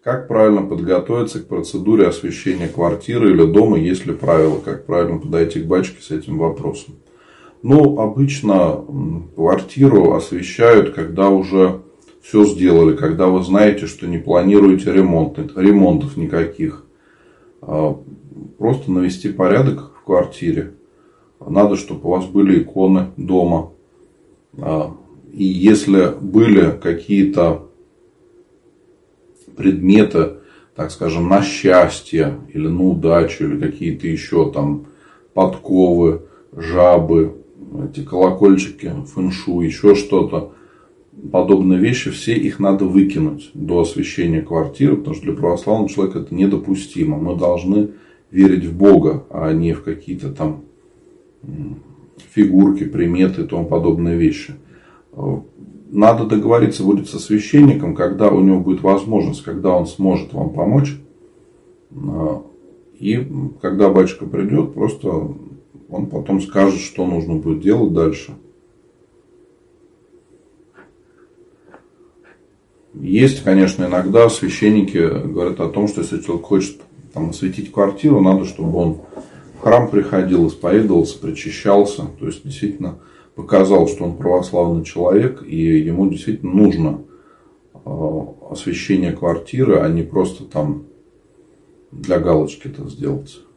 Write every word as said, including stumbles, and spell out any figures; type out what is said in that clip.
Как правильно подготовиться к процедуре освещения квартиры или дома, есть ли правила, как правильно подойти к батюшке с этим вопросом? Ну, обычно квартиру освещают, когда уже все сделали, когда вы знаете, что не планируете ремонт, ремонтов никаких. Просто навести порядок в квартире. Надо, чтобы у вас были иконы дома. И если были какие-то предметы, так скажем, на счастье или на удачу, или какие-то еще там подковы, жабы, эти колокольчики, фэншуй, еще что-то, подобные вещи, все их надо выкинуть до освещения квартиры, потому что для православного человека это недопустимо. Мы должны верить в Бога, а не в какие-то там фигурки, приметы и тому подобные вещи. Надо договориться будет со священником, когда у него будет возможность, когда он сможет вам помочь. И когда батюшка придет, просто он потом скажет, что нужно будет делать дальше. Есть, конечно, иногда священники говорят о том, что если человек хочет там осветить квартиру, надо, чтобы он в храм приходил, исповедовался, причащался. То есть, действительно, показал, что он православный человек, и ему действительно нужно освещение квартиры, а не просто там для галочки это сделать.